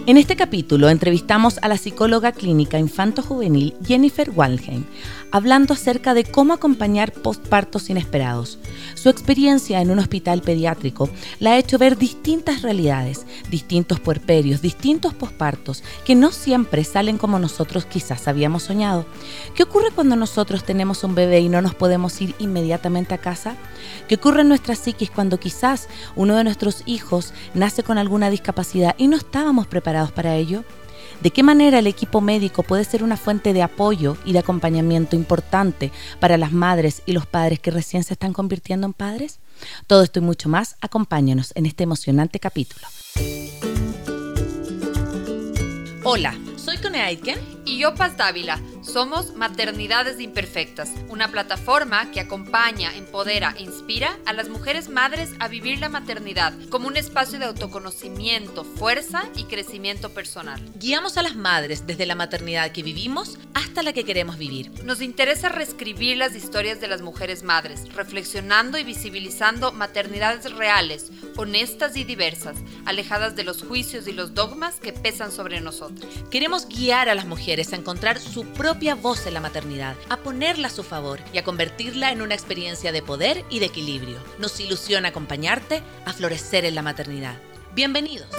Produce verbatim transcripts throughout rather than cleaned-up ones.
En este capítulo entrevistamos a la psicóloga clínica infanto-juvenil Jennifer Waldheim, hablando acerca de cómo acompañar postpartos inesperados. Su experiencia en un hospital pediátrico la ha hecho ver distintas realidades, distintos puerperios, distintos postpartos, que no siempre salen como nosotros quizás habíamos soñado. ¿Qué ocurre cuando nosotros tenemos un bebé y no nos podemos ir inmediatamente a casa? ¿Qué ocurre en nuestra psiquis cuando quizás uno de nuestros hijos nace con alguna discapacidad y no estábamos preparados para ello? ¿De qué manera el equipo médico puede ser una fuente de apoyo y de acompañamiento importante para las madres y los padres que recién se están convirtiendo en padres? Todo esto y mucho más, acompáñanos en este emocionante capítulo. Hola, soy Cone Aitken y yo Paz Dávila. Somos Maternidades Imperfectas, una plataforma que acompaña, empodera e inspira a las mujeres madres a vivir la maternidad como un espacio de autoconocimiento, fuerza y crecimiento personal. Guiamos a las madres desde la maternidad que vivimos hasta la que queremos vivir. Nos interesa reescribir las historias de las mujeres madres, reflexionando y visibilizando maternidades reales, honestas y diversas, alejadas de los juicios y los dogmas que pesan sobre nosotras. Queremos guiar a las mujeres a encontrar su propia voz en la maternidad, a ponerla a su favor y a convertirla en una experiencia de poder y de equilibrio. Nos ilusiona acompañarte a florecer en la maternidad. Bienvenidos.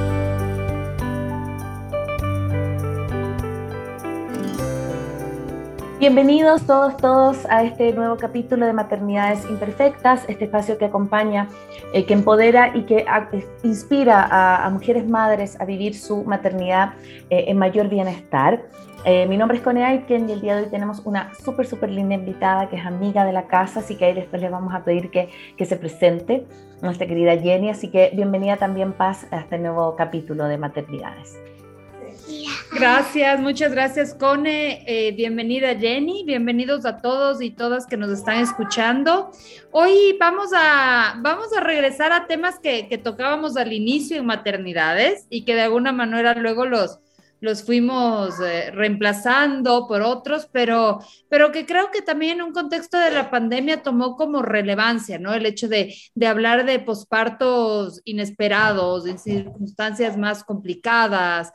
Bienvenidos todos, todos a este nuevo capítulo de Maternidades Imperfectas, este espacio que acompaña, eh, que empodera y que a, eh, inspira a, a mujeres madres a vivir su maternidad eh, en mayor bienestar. Eh, mi nombre es Cone Aitken y el día de hoy tenemos una súper, súper linda invitada que es amiga de la casa, así que ahí después les vamos a pedir que, que se presente, nuestra querida Jenny, así que bienvenida también, Paz, a este nuevo capítulo de Maternidades. Gracias, muchas gracias, Cone. Eh, bienvenida, Jenny. Bienvenidos a todos y todas que nos están escuchando. Hoy vamos a, vamos a regresar a temas que, que tocábamos al inicio en maternidades y que de alguna manera luego los, los fuimos eh, reemplazando por otros, pero, pero que creo que también en un contexto de la pandemia tomó como relevancia, ¿no? El hecho de, de hablar de pospartos inesperados, en circunstancias más complicadas.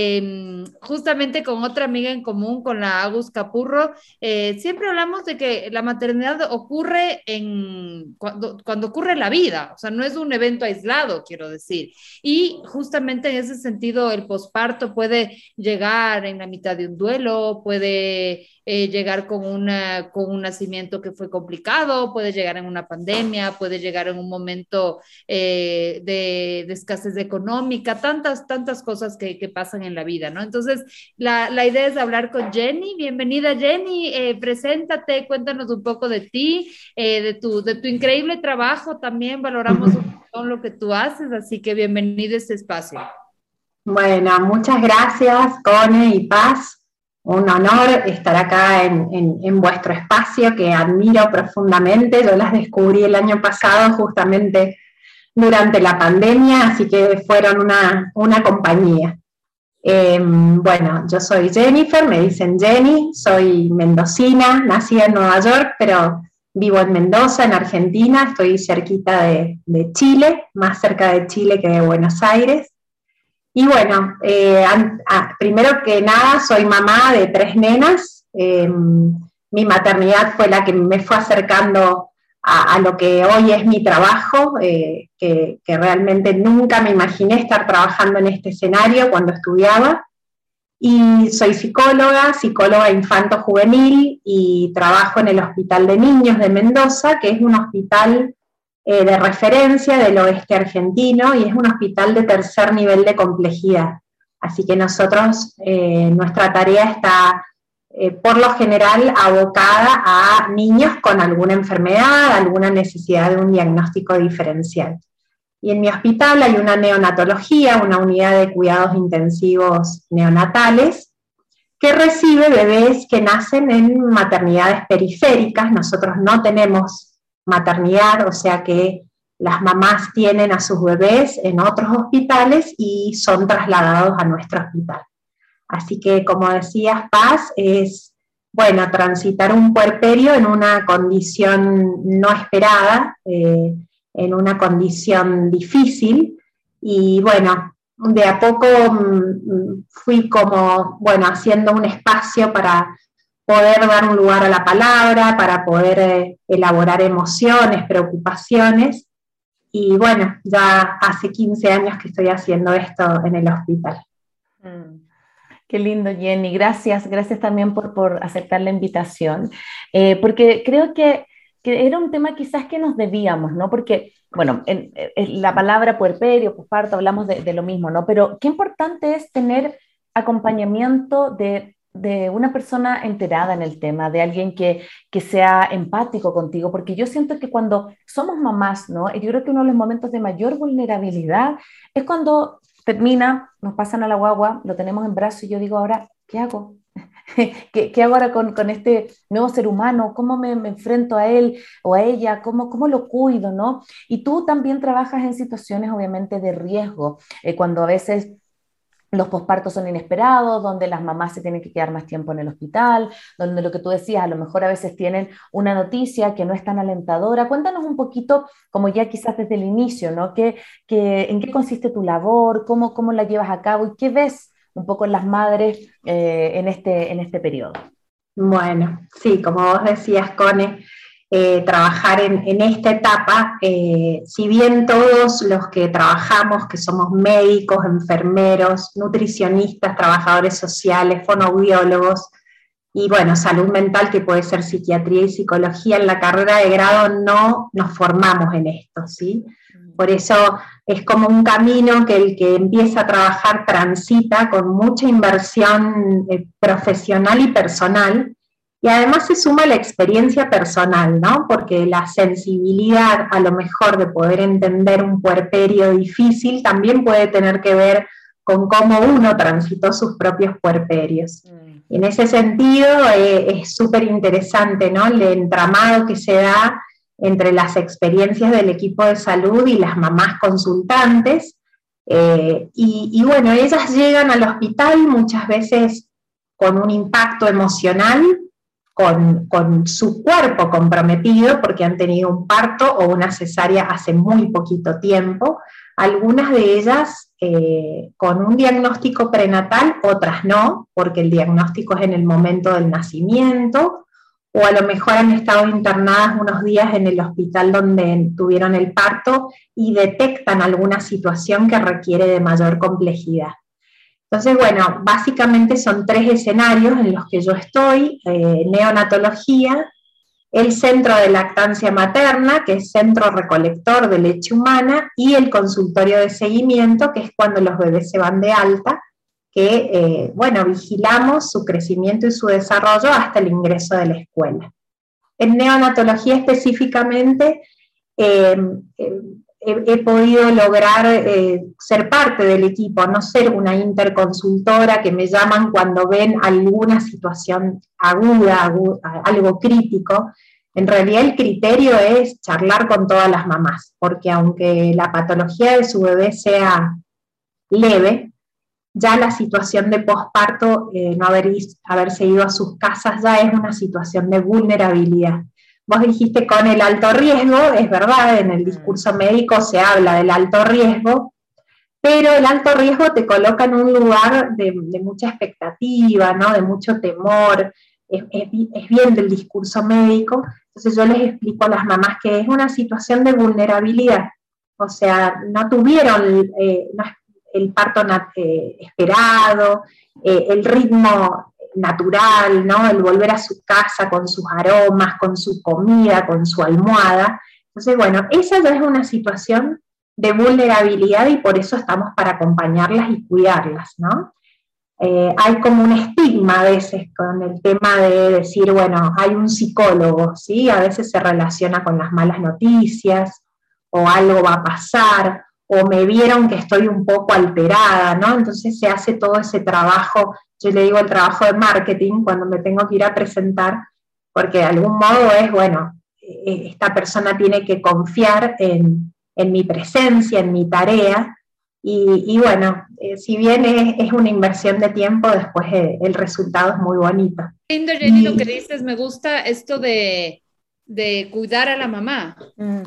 Eh, justamente con otra amiga en común, con la Agus Capurro, eh, siempre hablamos de que la maternidad ocurre en, cuando, cuando ocurre en la vida, o sea, no es un evento aislado, quiero decir. Y justamente en ese sentido el posparto puede llegar en la mitad de un duelo, puede eh, llegar con, una, con un nacimiento que fue complicado, puede llegar en una pandemia, puede llegar en un momento eh, de, de escasez económica, tantas, tantas cosas que, que pasan en la vida, ¿no? Entonces, la, la idea es hablar con Jenny. Bienvenida, Jenny, eh, preséntate, cuéntanos un poco de ti, eh, de, tu, de tu increíble trabajo, también valoramos un montón lo que tú haces, así que bienvenida a este espacio. Bueno, muchas gracias, Cone y Paz. Un honor estar acá en, en, en vuestro espacio que admiro profundamente. Yo las descubrí el año pasado justamente durante la pandemia, así que fueron una, una compañía. Eh, bueno, yo soy Jennifer, me dicen Jenny, soy mendocina, nací en Nueva York, pero vivo en Mendoza, en Argentina, estoy cerquita de, de Chile, más cerca de Chile que de Buenos Aires. Y bueno, eh, a, primero que nada soy mamá de tres nenas. Eh, mi maternidad fue la que me fue acercando a, a lo que hoy es mi trabajo, eh, que, que realmente nunca me imaginé estar trabajando en este escenario cuando estudiaba. Y soy psicóloga, psicóloga infanto-juvenil, y trabajo en el Hospital de Niños de Mendoza, que es un hospital Eh, de referencia del oeste argentino y es un hospital de tercer nivel de complejidad. Así que nosotros, eh, nuestra tarea está eh, por lo general abocada a niños con alguna enfermedad, alguna necesidad de un diagnóstico diferencial. Y en mi hospital hay una neonatología, una unidad de cuidados intensivos neonatales, que recibe bebés que nacen en maternidades periféricas. Nosotros no tenemos maternidad, o sea que las mamás tienen a sus bebés en otros hospitales y son trasladados a nuestro hospital. Así que, como decías, Paz, es, bueno, transitar un puerperio en una condición no esperada, eh, en una condición difícil, y bueno, de a poco mmm, fui como, bueno, haciendo un espacio para poder dar un lugar a la palabra, para poder eh, elaborar emociones, preocupaciones. Y bueno, ya hace quince años que estoy haciendo esto en el hospital. Mm. Qué lindo, Jenny. Gracias, gracias también por, por aceptar la invitación, eh, porque creo que, que era un tema quizás que nos debíamos, ¿no? Porque, bueno, en, en la palabra puerperio, posparto, hablamos de, de lo mismo, ¿no? Pero qué importante es tener acompañamiento de, de una persona enterada en el tema, de alguien que, que sea empático contigo, porque yo siento que cuando somos mamás, ¿no? Yo creo que uno de los momentos de mayor vulnerabilidad es cuando termina, nos pasan a la guagua, lo tenemos en brazos y yo digo, ahora, ¿qué hago? ¿Qué, qué hago ahora con, con este nuevo ser humano? ¿Cómo me, me enfrento a él o a ella? ¿Cómo, cómo lo cuido, no? Y tú también trabajas en situaciones, obviamente, de riesgo, eh, cuando a veces los pospartos son inesperados, donde las mamás se tienen que quedar más tiempo en el hospital, donde lo que tú decías, a lo mejor a veces tienen una noticia que no es tan alentadora. Cuéntanos un poquito, como ya quizás desde el inicio, ¿no? ¿Qué, qué, en qué consiste tu labor? ¿Cómo, cómo la llevas a cabo? ¿Y qué ves un poco en las madres eh, en, este, en este periodo? Bueno, sí, como vos decías, Cone, Eh, trabajar en, en esta etapa, eh, si bien todos los que trabajamos, que somos médicos, enfermeros, nutricionistas, trabajadores sociales, fonoaudiólogos, y bueno, salud mental, que puede ser psiquiatría y psicología, en la carrera de grado no nos formamos en esto, ¿sí? Por eso es como un camino que el que empieza a trabajar transita con mucha inversión eh, profesional y personal. Y además se suma la experiencia personal, ¿no? Porque la sensibilidad, a lo mejor, de poder entender un puerperio difícil también puede tener que ver con cómo uno transitó sus propios puerperios. Mm. Y en ese sentido eh, es súper interesante, ¿no? El entramado que se da entre las experiencias del equipo de salud y las mamás consultantes. Eh, y, y bueno, ellas llegan al hospital muchas veces con un impacto emocional, Con, con su cuerpo comprometido porque han tenido un parto o una cesárea hace muy poquito tiempo, algunas de ellas eh, con un diagnóstico prenatal, otras no, porque el diagnóstico es en el momento del nacimiento, o a lo mejor han estado internadas unos días en el hospital donde tuvieron el parto y detectan alguna situación que requiere de mayor complejidad. Entonces, bueno, básicamente son tres escenarios en los que yo estoy: eh, neonatología, el centro de lactancia materna, que es centro recolector de leche humana, y el consultorio de seguimiento, que es cuando los bebés se van de alta, que, eh, bueno, vigilamos su crecimiento y su desarrollo hasta el ingreso de la escuela. En neonatología específicamente, eh, eh, He, he podido lograr eh, ser parte del equipo, no ser una interconsultora que me llaman cuando ven alguna situación aguda, aguda, algo crítico. En realidad el criterio es charlar con todas las mamás, porque aunque la patología de su bebé sea leve, ya la situación de posparto, eh, no haber, haberse ido a sus casas, ya es una situación de vulnerabilidad. Vos dijiste con el alto riesgo, es verdad, en el discurso médico se habla del alto riesgo, pero el alto riesgo te coloca en un lugar de, de mucha expectativa, ¿no? De mucho temor, es, es, es bien del discurso médico. Entonces yo les explico a las mamás que es una situación de vulnerabilidad, o sea, no tuvieron eh, no, el parto eh, esperado, eh, el ritmo natural, ¿no? El volver a su casa con sus aromas, con su comida, con su almohada. Entonces, bueno, esa ya es una situación de vulnerabilidad y por eso estamos para acompañarlas y cuidarlas, ¿no? Eh, hay como un estigma a veces con el tema de decir, bueno, hay un psicólogo, ¿sí? A veces se relaciona con las malas noticias, o algo va a pasar, o me vieron que estoy un poco alterada, ¿no? Entonces se hace todo ese trabajo, yo le digo el trabajo de marketing, cuando me tengo que ir a presentar, porque de algún modo es, bueno, esta persona tiene que confiar en, en mi presencia, en mi tarea, y, y bueno, eh, si bien es, es una inversión de tiempo, después eh, el resultado es muy bonito. Lindo, Jenny, y lo que dices, me gusta esto de, de cuidar a la mamá. Mm.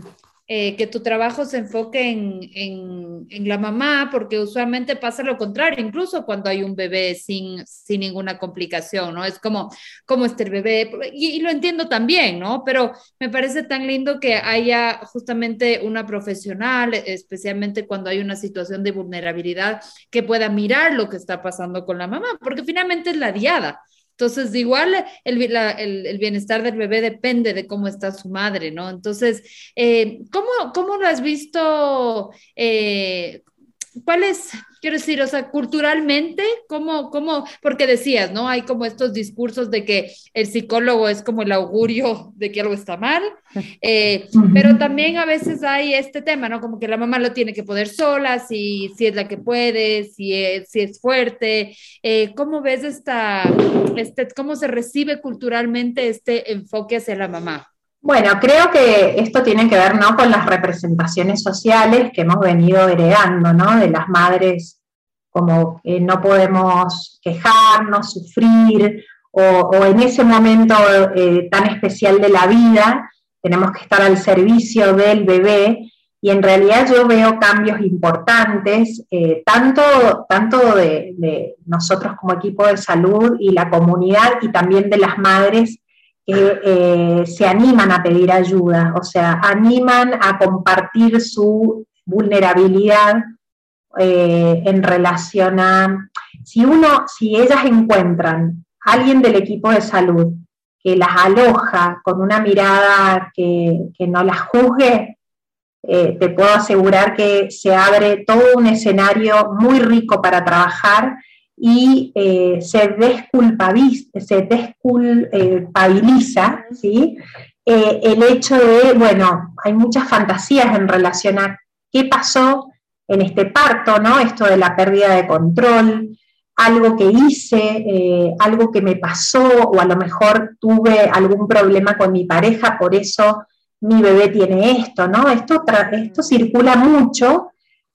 eh, que tu trabajo se enfoque en, en, en la mamá, porque usualmente pasa lo contrario, incluso cuando hay un bebé sin, sin ninguna complicación, ¿no? Es como, ¿cómo está el bebé? Y, y lo entiendo también, ¿no? Pero me parece tan lindo que haya justamente una profesional, especialmente cuando hay una situación de vulnerabilidad, que pueda mirar lo que está pasando con la mamá, porque finalmente es la diada. Entonces, igual el, la, el, el, bienestar del bebé depende de cómo está su madre, ¿no? Entonces, eh, ¿cómo, ¿cómo lo has visto? Eh, ¿Cuál es, quiero decir, o sea, culturalmente, cómo, cómo, porque decías, ¿no? Hay como estos discursos de que el psicólogo es como el augurio de que algo está mal, eh, uh-huh. Pero también a veces hay este tema, ¿no? Como que la mamá lo tiene que poder sola, si, si es la que puede, si es, si es fuerte. Eh, ¿Cómo ves esta, este, cómo se recibe culturalmente este enfoque hacia la mamá? Bueno, creo que esto tiene que ver, ¿no?, con las representaciones sociales que hemos venido heredando, ¿no?, de las madres, como que no podemos quejarnos, sufrir, o, o en ese momento eh, tan especial de la vida, tenemos que estar al servicio del bebé, y en realidad yo veo cambios importantes, eh, tanto, tanto de, de nosotros como equipo de salud y la comunidad, y también de las madres, que eh, se animan a pedir ayuda, o sea, animan a compartir su vulnerabilidad eh, en relación a, si uno, si ellas encuentran a alguien del equipo de salud que las aloja con una mirada que, que no las juzgue, eh, te puedo asegurar que se abre todo un escenario muy rico para trabajar, y eh, se desculpabiliza, se desculpabiliza, ¿sí?, eh, el hecho de, bueno, hay muchas fantasías en relación a qué pasó en este parto, ¿no?, esto de la pérdida de control, algo que hice, eh, algo que me pasó, o a lo mejor tuve algún problema con mi pareja, por eso mi bebé tiene esto, ¿no? Esto, esto circula mucho,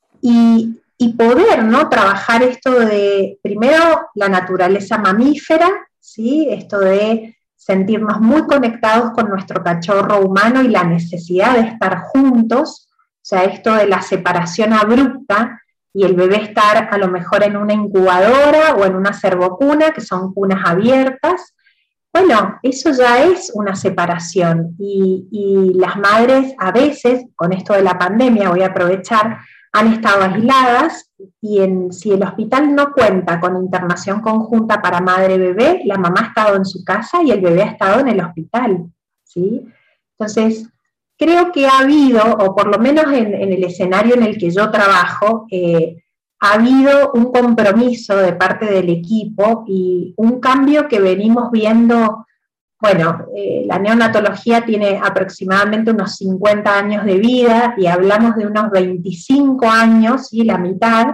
y Y poder, ¿no?, trabajar esto de, primero, la naturaleza mamífera, ¿sí?, esto de sentirnos muy conectados con nuestro cachorro humano y la necesidad de estar juntos, o sea, esto de la separación abrupta, y el bebé estar a lo mejor en una incubadora o en una cervocuna, que son cunas abiertas. Bueno, eso ya es una separación, y, y las madres a veces, con esto de la pandemia, voy a aprovechar, han estado aisladas, y en, si el hospital no cuenta con internación conjunta para madre-bebé, la mamá ha estado en su casa y el bebé ha estado en el hospital, ¿sí? Entonces, creo que ha habido, o por lo menos en, en el escenario en el que yo trabajo, eh, ha habido un compromiso de parte del equipo y un cambio que venimos viendo. Bueno, eh, la neonatología tiene aproximadamente unos cincuenta años de vida, y hablamos de unos veinticinco años, ¿sí?, la mitad,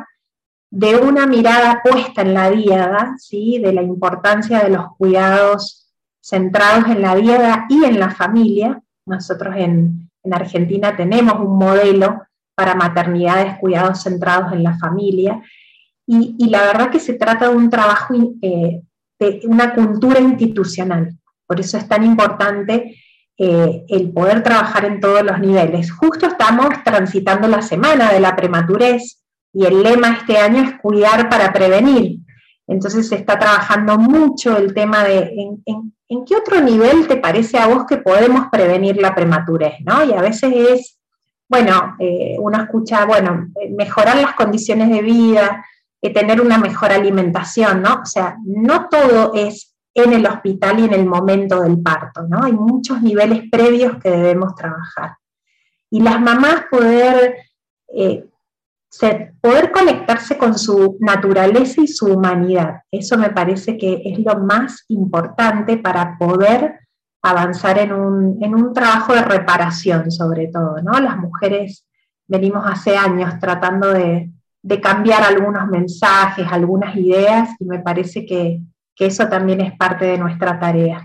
de una mirada puesta en la diada, ¿sí?, de la importancia de los cuidados centrados en la diada y en la familia. Nosotros en, en Argentina tenemos un modelo para maternidades, cuidados centrados en la familia, y, y la verdad que se trata de un trabajo, eh, de una cultura institucional. Por eso es tan importante eh, el poder trabajar en todos los niveles. Justo estamos transitando la semana de la prematurez, y el lema este año es cuidar para prevenir. Entonces se está trabajando mucho el tema de en, en, en qué otro nivel te parece a vos que podemos prevenir la prematurez, ¿no? Y a veces es, bueno, eh, uno escucha, bueno, mejorar las condiciones de vida, eh, tener una mejor alimentación, ¿no? O sea, no todo es en el hospital y en el momento del parto, ¿no? Hay muchos niveles previos que debemos trabajar. Y las mamás poder, eh, ser, poder conectarse con su naturaleza y su humanidad, eso me parece que es lo más importante para poder avanzar en un, en un trabajo de reparación, sobre todo, ¿no? Las mujeres venimos hace años tratando de, de cambiar algunos mensajes, algunas ideas, y me parece que que eso también es parte de nuestra tarea.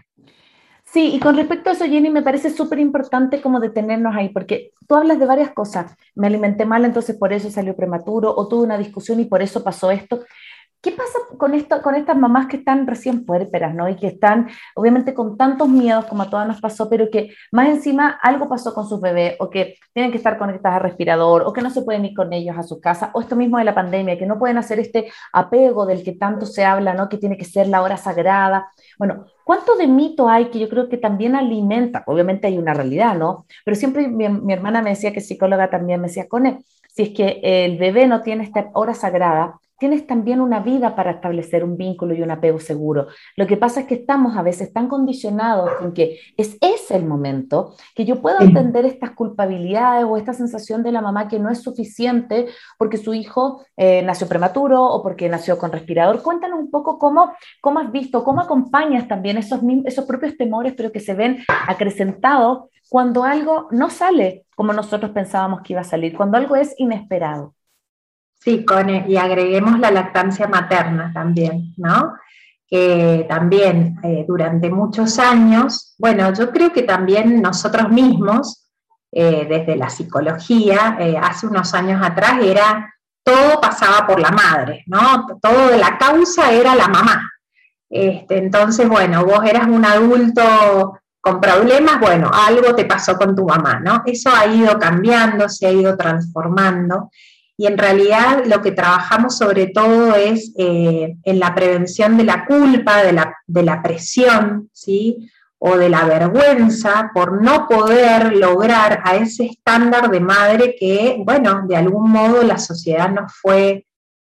Sí, y con respecto a eso, Jenny, me parece súper importante como detenernos ahí, porque tú hablas de varias cosas. Me alimenté mal, entonces por eso salió prematuro, o tuve una discusión y por eso pasó esto, ¿Qué pasa con, esto, con estas mamás que están recién puérperas, ¿no? Y que están, obviamente, con tantos miedos como a todas nos pasó, pero que más encima algo pasó con sus bebés, o que tienen que estar conectadas al respirador, o que no se pueden ir con ellos a su casa, o esto mismo de la pandemia, que no pueden hacer este apego del que tanto se habla, ¿no? Que tiene que ser la hora sagrada. Bueno, ¿cuánto de mito hay que yo creo que también alimenta? Obviamente hay una realidad, ¿no? Pero siempre mi, mi hermana me decía, que es psicóloga también, me decía, Cone, si es que el bebé no tiene esta hora sagrada, tienes también una vida para establecer un vínculo y un apego seguro. Lo que pasa es que estamos a veces tan condicionados con que es ese el momento, que yo puedo entender estas culpabilidades o esta sensación de la mamá que no es suficiente porque su hijo eh, nació prematuro o porque nació con respirador. Cuéntanos un poco cómo, cómo has visto, cómo acompañas también esos, esos propios temores, pero que se ven acrecentados cuando algo no sale como nosotros pensábamos que iba a salir, cuando algo es inesperado. Sí, Cone, y agreguemos la lactancia materna también, ¿no? Que también eh, durante muchos años, bueno, yo creo que también nosotros mismos, eh, desde la psicología, eh, hace unos años atrás era, todo pasaba por la madre, ¿no? Todo de la causa era la mamá. Este, entonces, bueno, vos eras un adulto con problemas, bueno, algo te pasó con tu mamá, ¿no? Eso ha ido cambiando, se ha ido transformando. Y en realidad lo que trabajamos sobre todo es eh, en la prevención de la culpa, de la, de la presión, ¿sí? O de la vergüenza por no poder lograr a ese estándar de madre que, bueno, de algún modo la sociedad nos fue,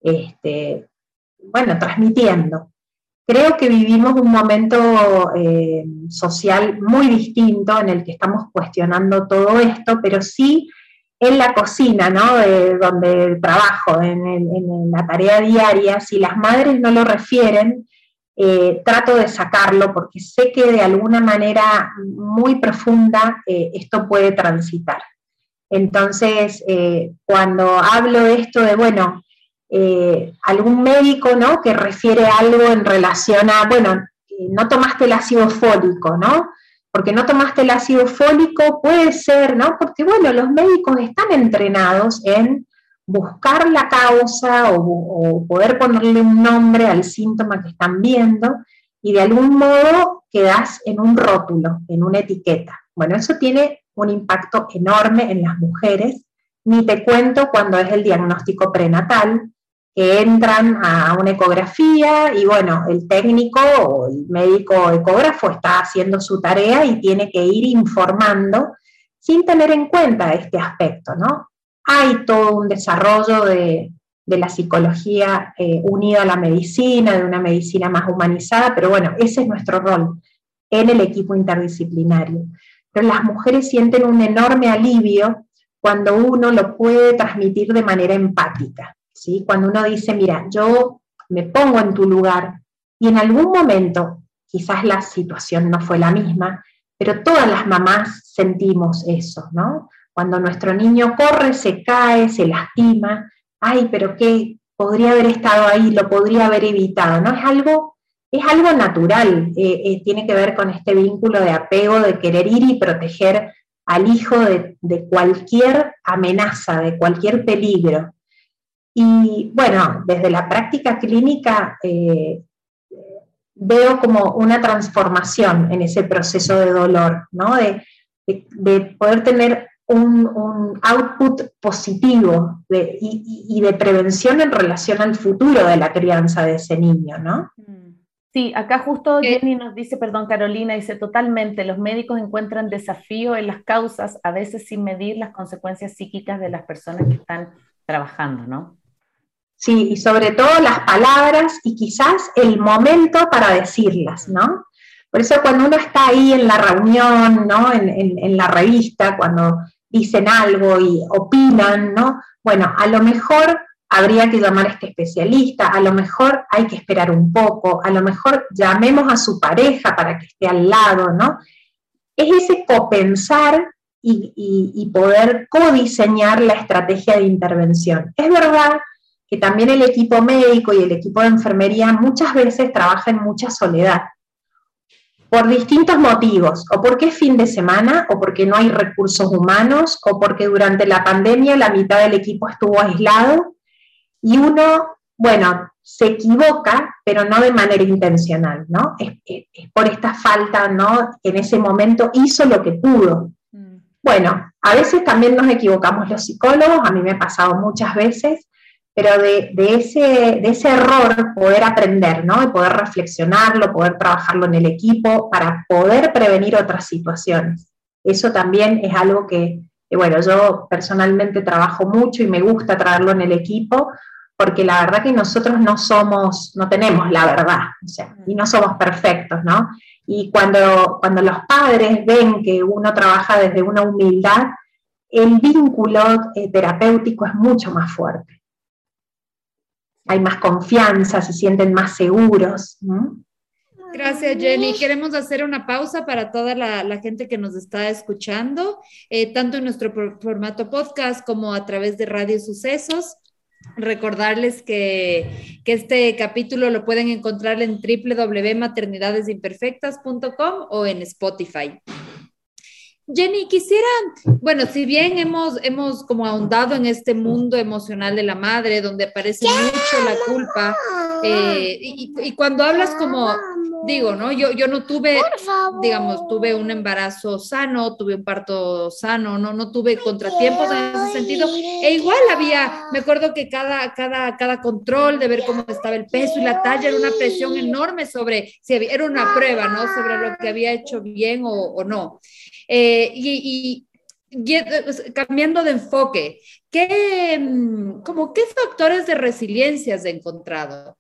este, bueno, transmitiendo. Creo que vivimos un momento eh, social muy distinto en el que estamos cuestionando todo esto, pero sí en la cocina, ¿no? De donde trabajo, en, en, en la tarea diaria, si las madres no lo refieren, eh, trato de sacarlo porque sé que de alguna manera muy profunda eh, esto puede transitar. Entonces, eh, cuando hablo de esto de, bueno, eh, algún médico, ¿no? Que refiere algo en relación a, bueno, no tomaste el ácido fólico, ¿no? Porque no tomaste el ácido fólico, puede ser, ¿no? Porque, bueno, los médicos están entrenados en buscar la causa o, o poder ponerle un nombre al síntoma que están viendo y de algún modo quedás en un rótulo, en una etiqueta. Bueno, eso tiene un impacto enorme en las mujeres, ni te cuento cuando es el diagnóstico prenatal, que entran a una ecografía y bueno, el técnico o el médico ecógrafo está haciendo su tarea y tiene que ir informando sin tener en cuenta este aspecto, ¿no? Hay todo un desarrollo de, de la psicología eh, unida a la medicina, de una medicina más humanizada, pero bueno, ese es nuestro rol en el equipo interdisciplinario. Pero las mujeres sienten un enorme alivio cuando uno lo puede transmitir de manera empática. ¿Sí? Cuando uno dice, mira, yo me pongo en tu lugar, y en algún momento, quizás la situación no fue la misma, pero todas las mamás sentimos eso, ¿no? Cuando nuestro niño corre, se cae, se lastima, ay, pero qué, podría haber estado ahí, lo podría haber evitado, ¿no? Es algo, es algo natural, eh, eh, tiene que ver con este vínculo de apego, de querer ir y proteger al hijo de, de cualquier amenaza, de cualquier peligro. Y bueno, desde la práctica clínica eh, veo como una transformación en ese proceso de dolor, ¿no? De, de, de poder tener un, un output positivo de, y, y de prevención en relación al futuro de la crianza de ese niño, ¿no? Sí, acá justo Jenny nos dice, perdón, Carolina, dice totalmente, los médicos encuentran desafío en las causas, a veces sin medir las consecuencias psíquicas de las personas que están trabajando, ¿no? Sí, y sobre todo las palabras y quizás el momento para decirlas, ¿no? Por eso cuando uno está ahí en la reunión, ¿no? En, en, en la revista, cuando dicen algo y opinan, ¿no? Bueno, a lo mejor habría que llamar a este especialista, a lo mejor hay que esperar un poco, a lo mejor llamemos a su pareja para que esté al lado, ¿no? Es ese copensar y, y, y poder codiseñar la estrategia de intervención. Es verdad que también el equipo médico y el equipo de enfermería muchas veces trabaja en mucha soledad, por distintos motivos, o porque es fin de semana, o porque no hay recursos humanos, o porque durante la pandemia la mitad del equipo estuvo aislado, y uno, bueno, se equivoca, pero no de manera intencional, ¿no? Es, es, es por esta falta, ¿no? Que en ese momento hizo lo que pudo. Mm. Bueno, a veces también nos equivocamos los psicólogos, a mí me ha pasado muchas veces, pero de, de, ese, de ese error poder aprender, ¿no? Y poder reflexionarlo, poder trabajarlo en el equipo para poder prevenir otras situaciones. Eso también es algo que, que, bueno, yo personalmente trabajo mucho y me gusta traerlo en el equipo, porque la verdad que nosotros no somos, no tenemos la verdad, o sea, y no somos perfectos, ¿no? Y cuando, cuando los padres ven que uno trabaja desde una humildad, el vínculo eh, terapéutico es mucho más fuerte. Hay más confianza, se sienten más seguros, ¿no? Gracias, Jenny. Queremos hacer una pausa para toda la, la gente que nos está escuchando, eh, tanto en nuestro formato podcast como a través de Radio Sucesos. Recordarles que, que este capítulo lo pueden encontrar en doble u doble u doble u punto maternidades imperfectas punto com o en Spotify. Jenny, quisiera, bueno, si bien hemos, hemos como ahondado en este mundo emocional de la madre, donde aparece mucho la culpa, eh, y, y cuando hablas como, digo, ¿no? Yo, yo no tuve, digamos, tuve un embarazo sano, tuve un parto sano, no, no tuve contratiempos en ese sentido, e igual había, me acuerdo que cada, cada, cada control de ver cómo estaba el peso y la talla era una presión enorme sobre, si había, era una prueba, ¿no? Sobre lo que había hecho bien o, o no. Eh, y, y, y cambiando de enfoque, ¿qué, como, ¿qué factores de resiliencia has encontrado?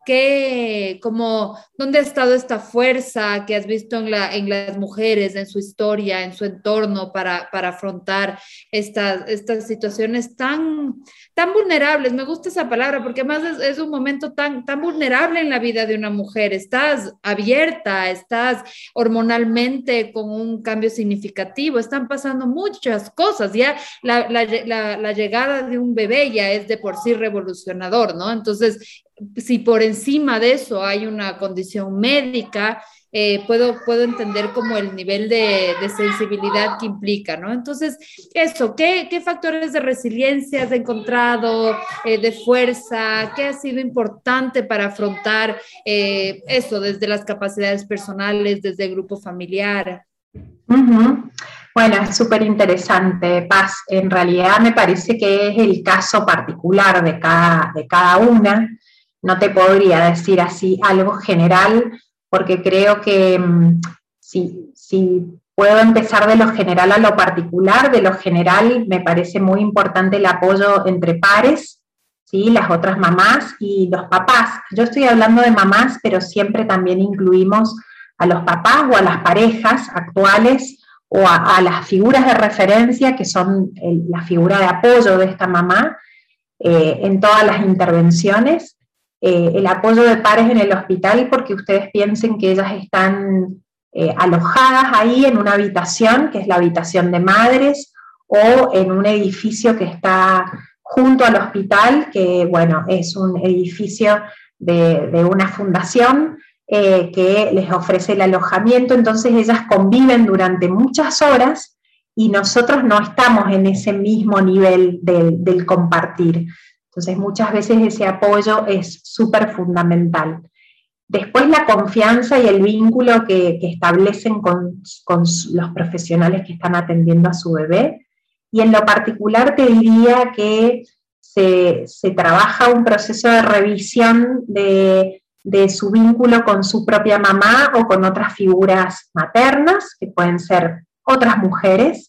¿Qué, como, ¿dónde ha estado esta fuerza que has visto en, la, en las mujeres, en su historia, en su entorno para, para afrontar estas, estas situaciones tan, tan vulnerables? Me gusta esa palabra porque además es, es un momento tan, tan vulnerable en la vida de una mujer. Estás abierta, estás hormonalmente con un cambio significativo, están pasando muchas cosas. Ya la, la, la, la llegada de un bebé ya es de por sí revolucionador, ¿no? Entonces, si por encima de eso hay una condición médica, eh, puedo, puedo entender como el nivel de, de sensibilidad que implica, ¿no? Entonces, eso, ¿qué, qué factores de resiliencia has encontrado, eh, de fuerza? ¿Qué ha sido importante para afrontar eh, eso desde las capacidades personales, desde el grupo familiar? Uh-huh. Bueno, es súper interesante, Paz. En realidad me parece que es el caso particular de cada, de cada una. No te podría decir así algo general, porque creo que um, si, si puedo empezar de lo general a lo particular, de lo general me parece muy importante el apoyo entre pares, ¿sí? Las otras mamás y los papás. Yo estoy hablando de mamás, pero siempre también incluimos a los papás o a las parejas actuales o a, a las figuras de referencia que son el, la figura de apoyo de esta mamá eh, en todas las intervenciones. Eh, el apoyo de pares en el hospital, porque ustedes piensen que ellas están eh, alojadas ahí en una habitación, que es la habitación de madres, o en un edificio que está junto al hospital, que bueno, es un edificio de, de una fundación eh, que les ofrece el alojamiento. Entonces ellas conviven durante muchas horas y nosotros no estamos en ese mismo nivel del, del compartir. Entonces, muchas veces ese apoyo es súper fundamental. Después, la confianza y el vínculo que, que establecen con, con los profesionales que están atendiendo a su bebé. Y en lo particular te diría que se, se trabaja un proceso de revisión de, de su vínculo con su propia mamá o con otras figuras maternas, que pueden ser otras mujeres.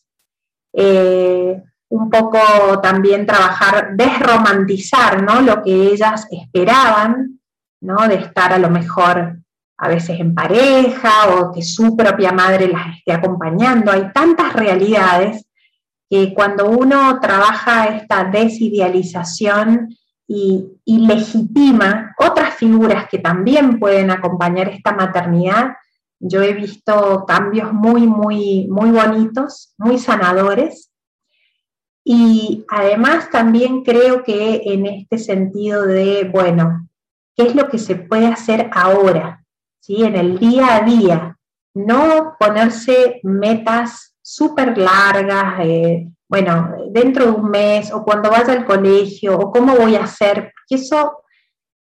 Eh, un poco también trabajar, desromantizar, ¿no? Lo que ellas esperaban, ¿no? De estar a lo mejor a veces en pareja o que su propia madre las esté acompañando. Hay tantas realidades que cuando uno trabaja esta desidealización y, y legitima otras figuras que también pueden acompañar esta maternidad, yo he visto cambios muy, muy, muy bonitos, muy sanadores. Y además también creo que en este sentido de, bueno, ¿qué es lo que se puede hacer ahora? ¿Sí? En el día a día, no ponerse metas súper largas, eh, bueno, dentro de un mes, o cuando vaya al colegio, o cómo voy a hacer, porque eso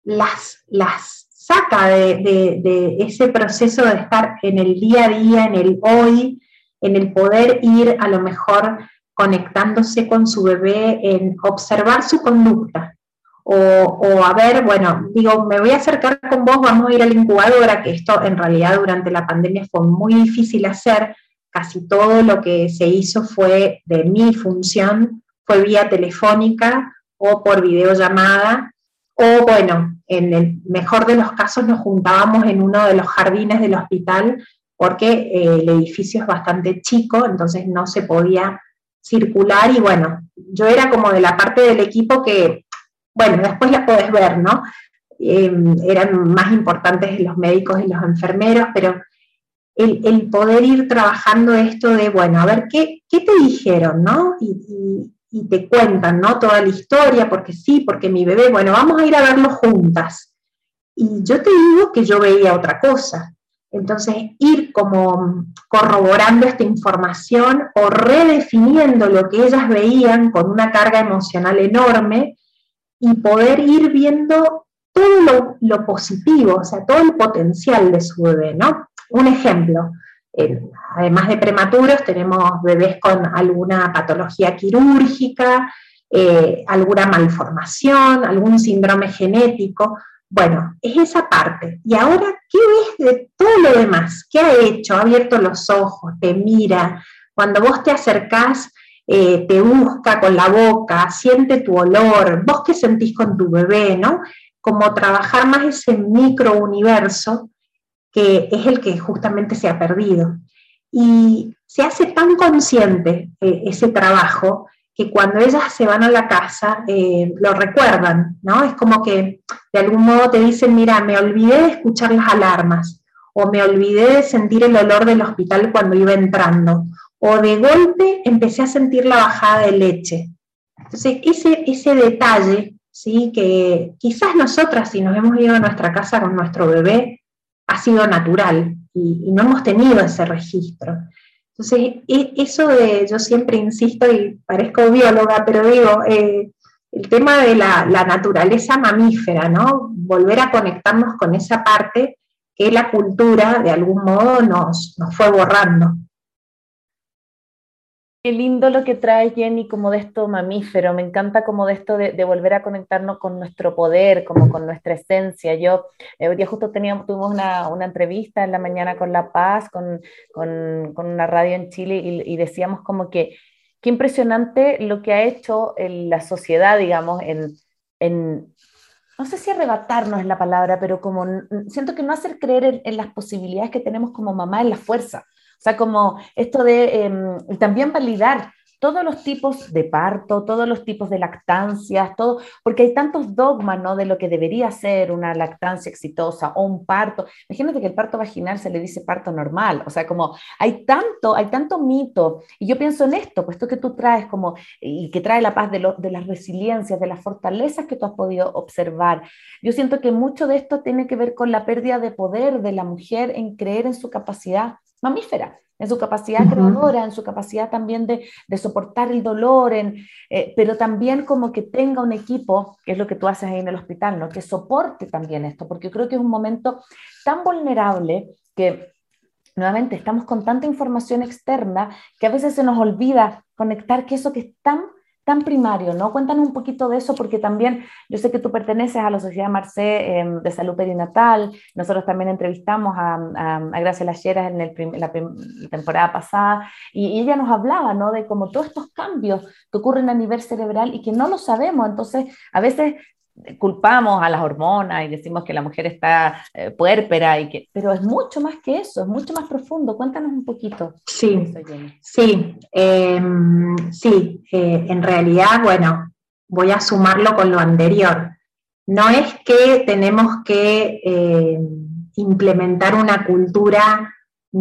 las, las saca de, de, de ese proceso de estar en el día a día, en el hoy, en el poder ir a lo mejor conectándose con su bebé, en observar su conducta. O, o a ver, bueno, digo, me voy a acercar con vos, vamos a ir a la incubadora, que esto en realidad durante la pandemia fue muy difícil hacer, casi todo lo que se hizo fue de mi función, fue vía telefónica o por videollamada, o bueno, en el mejor de los casos nos juntábamos en uno de los jardines del hospital, porque eh, el edificio es bastante chico, entonces no se podía circular, y bueno, yo era como de la parte del equipo que, bueno, después la podés ver, ¿no? Eh, eran más importantes los médicos y los enfermeros, pero el, el poder ir trabajando esto de, bueno, a ver, ¿qué, qué te dijeron, no? Y, y, y te cuentan, ¿no? Toda la historia, porque sí, porque mi bebé, bueno, vamos a ir a verlo juntas. Y yo te digo que yo veía otra cosa. Entonces, ir como corroborando esta información o redefiniendo lo que ellas veían con una carga emocional enorme, y poder ir viendo todo lo, lo positivo, o sea, todo el potencial de su bebé, ¿no? Un ejemplo, eh, además de prematuros, tenemos bebés con alguna patología quirúrgica, eh, alguna malformación, algún síndrome genético. Bueno, es esa parte. Y ahora, ¿qué ves de todo lo demás? ¿Qué ha hecho? Ha abierto los ojos, te mira. Cuando vos te acercás, Eh, te busca con la boca, siente tu olor, vos qué sentís con tu bebé, ¿no? Como trabajar más ese microuniverso que es el que justamente se ha perdido. Y se hace tan consciente eh, ese trabajo que cuando ellas se van a la casa eh, lo recuerdan, ¿no? Es como que de algún modo te dicen, mira, me olvidé de escuchar las alarmas, o me olvidé de sentir el olor del hospital cuando iba entrando, o de golpe empecé a sentir la bajada de leche. Entonces, ese, ese detalle, ¿sí? Que quizás nosotras, si nos hemos ido a nuestra casa con nuestro bebé, ha sido natural, y, y no hemos tenido ese registro. Entonces, eso de, yo siempre insisto, y parezco bióloga, pero digo, eh, el tema de la, la naturaleza mamífera, ¿no? Volver a conectarnos con esa parte que la cultura, de algún modo, nos, nos fue borrando. Qué lindo lo que trae Jenny, como de esto mamífero. Me encanta como de esto de, de volver a conectarnos con nuestro poder, como con nuestra esencia. Yo, eh, hoy día justo teníamos, tuvimos una, una entrevista en la mañana con La Paz, con, con, con una radio en Chile, y, y decíamos como que qué impresionante lo que ha hecho en la sociedad, digamos, en, en, no sé si arrebatarnos es la palabra, pero como siento que no hacer creer en, en las posibilidades que tenemos como mamá, en la fuerza. O sea, como esto de eh, también validar todos los tipos de parto, todos los tipos de lactancias, todo, porque hay tantos dogmas, ¿no? De lo que debería ser una lactancia exitosa o un parto. Imagínate que el parto vaginal se le dice parto normal, o sea, como hay tanto, hay tanto mito, y yo pienso en esto, pues esto que tú traes como, y que trae La Paz de, lo, de las resiliencias, de las fortalezas que tú has podido observar. Yo siento que mucho de esto tiene que ver con la pérdida de poder de la mujer en creer en su capacidad mamífera, en su capacidad creadora, en su capacidad también de, de soportar el dolor, en, eh, pero también como que tenga un equipo, que es lo que tú haces ahí en el hospital, ¿no? Que soporte también esto, porque yo creo que es un momento tan vulnerable que nuevamente estamos con tanta información externa que a veces se nos olvida conectar que eso que es tan tan primario, ¿no? Cuéntanos un poquito de eso, porque también yo sé que tú perteneces a la Sociedad Marcé eh, de Salud Perinatal. Nosotros también entrevistamos a, a, a Gracia Lacheras en el prim, la, prim, la temporada pasada, y, y ella nos hablaba, ¿no? De como todos estos cambios que ocurren a nivel cerebral y que no lo sabemos. Entonces, a veces culpamos a las hormonas y decimos que la mujer está eh, puérpera, y que, pero es mucho más que eso, es mucho más profundo. Cuéntanos un poquito. Sí, eso, sí, eh, sí, eh, en realidad, bueno, voy a sumarlo con lo anterior. No es que tenemos que eh, implementar una cultura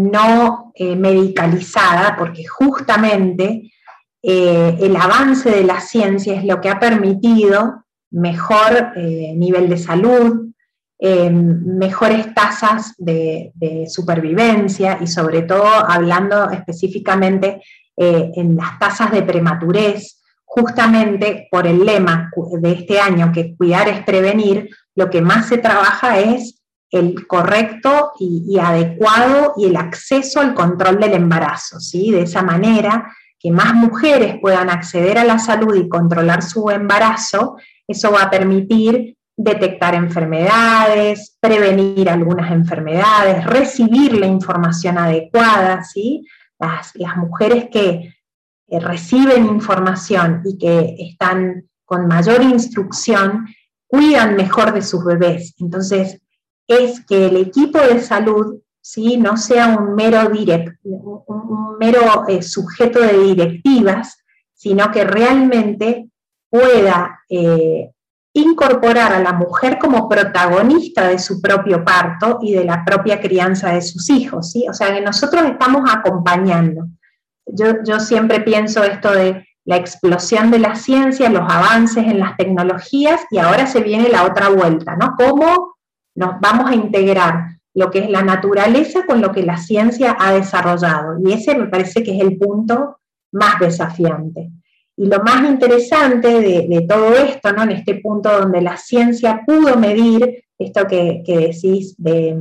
no eh, medicalizada, porque justamente eh, el avance de la ciencia es lo que ha permitido mejor eh, nivel de salud, eh, mejores tasas de, de supervivencia, y sobre todo hablando específicamente eh, en las tasas de prematurez, justamente por el lema de este año, que cuidar es prevenir, lo que más se trabaja es el correcto y, y adecuado y el acceso al control del embarazo, ¿sí? De esa manera, que más mujeres puedan acceder a la salud y controlar su embarazo, eso va a permitir detectar enfermedades, prevenir algunas enfermedades, recibir la información adecuada, ¿sí? Las, las mujeres que eh, reciben información y que están con mayor instrucción, cuidan mejor de sus bebés. Entonces, es que el equipo de salud, ¿sí?, no sea un mero, direct, un, un mero eh, sujeto de directivas, sino que realmente pueda eh, incorporar a la mujer como protagonista de su propio parto y de la propia crianza de sus hijos, ¿sí? O sea, que nosotros estamos acompañando. Yo, yo siempre pienso esto de la explosión de la ciencia, los avances en las tecnologías, y ahora se viene la otra vuelta, ¿no? ¿Cómo nos vamos a integrar lo que es la naturaleza con lo que la ciencia ha desarrollado? Y ese me parece que es el punto más desafiante. Y lo más interesante de, de todo esto, ¿no?, en este punto donde la ciencia pudo medir esto que, que decís de,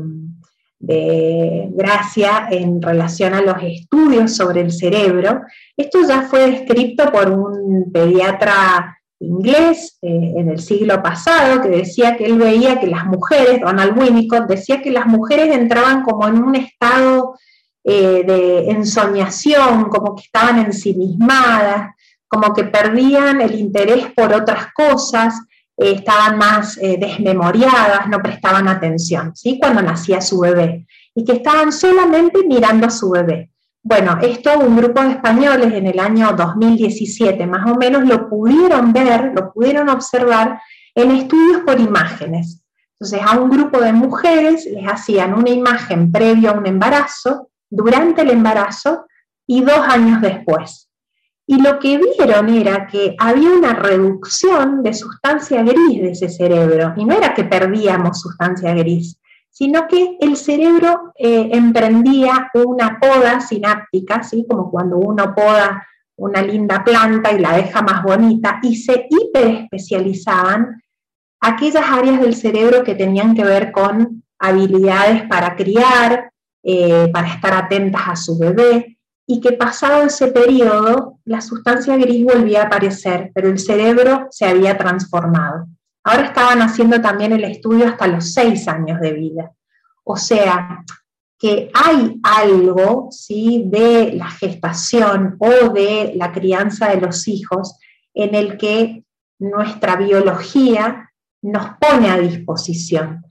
de Gracia en relación a los estudios sobre el cerebro, esto ya fue descrito por un pediatra inglés eh, en el siglo pasado, que decía que él veía que las mujeres, Donald Winnicott, decía que las mujeres entraban como en un estado eh, de ensoñación, como que estaban ensimismadas, como que perdían el interés por otras cosas, eh, estaban más eh, desmemoriadas, no prestaban atención, ¿sí?, cuando nacía su bebé, y que estaban solamente mirando a su bebé. Bueno, esto un grupo de españoles en el año dos mil diecisiete más o menos lo pudieron ver, lo pudieron observar en estudios por imágenes. Entonces a un grupo de mujeres les hacían una imagen previo a un embarazo, durante el embarazo y dos años después. Y lo que vieron era que había una reducción de sustancia gris de ese cerebro, y no era que perdíamos sustancia gris, sino que el cerebro eh, emprendía una poda sináptica, ¿sí?, como cuando uno poda una linda planta y la deja más bonita, y se hiperespecializaban aquellas áreas del cerebro que tenían que ver con habilidades para criar, eh, para estar atentas a su bebé, y que pasado ese periodo la sustancia gris volvía a aparecer, pero el cerebro se había transformado. Ahora estaban haciendo también el estudio hasta los seis años de vida. O sea, que hay algo, ¿sí?, de la gestación o de la crianza de los hijos en el que nuestra biología nos pone a disposición.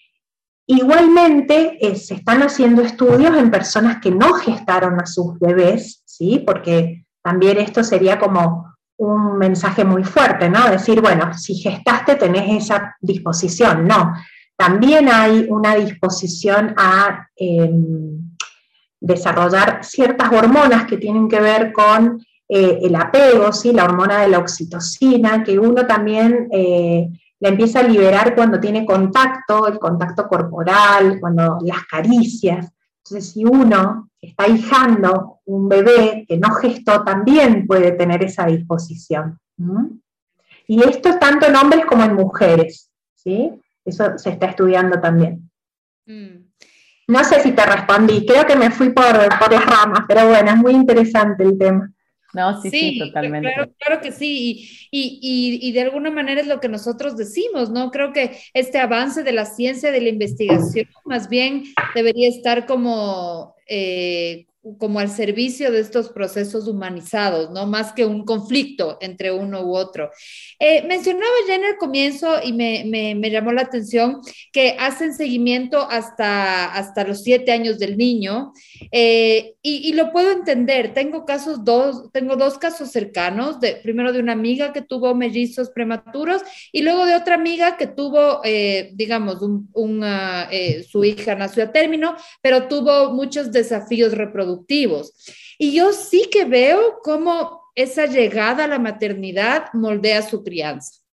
Igualmente, eh, se están haciendo estudios en personas que no gestaron a sus bebés, ¿sí?, porque también esto sería como un mensaje muy fuerte, ¿no? Decir, bueno, si gestaste tenés esa disposición. No, también hay una disposición a eh, desarrollar ciertas hormonas que tienen que ver con eh, el apego, ¿sí?, la hormona de la oxitocina, que uno también eh, la empieza a liberar cuando tiene contacto, el contacto corporal, cuando las caricias. Entonces, si uno está hijando un bebé que no gestó, también puede tener esa disposición. ¿Mm? Y esto tanto en hombres como en mujeres, ¿sí? Eso se está estudiando también. Mm. No sé si te respondí, creo que me fui por, por las ramas, pero bueno, es muy interesante el tema. No, sí, sí, sí, totalmente. Claro, claro que sí, y, y, y de alguna manera es lo que nosotros decimos, ¿no? Creo que este avance de la ciencia, de la investigación, más bien debería estar como, eh, como al servicio de estos procesos humanizados, ¿no? Más que un conflicto entre uno u otro. Eh, mencionaba ya en el comienzo y me, me, me llamó la atención que hacen seguimiento hasta, hasta los siete años del niño, eh, y, y lo puedo entender. Tengo casos, dos, tengo dos casos cercanos, de, primero de una amiga que tuvo mellizos prematuros y luego de otra amiga que tuvo, eh, digamos, un, un, uh, eh, su hija nació a término, pero tuvo muchos desafíos reproductivos. Y yo sí que veo cómo esa llegada a la maternidad moldea su crianza.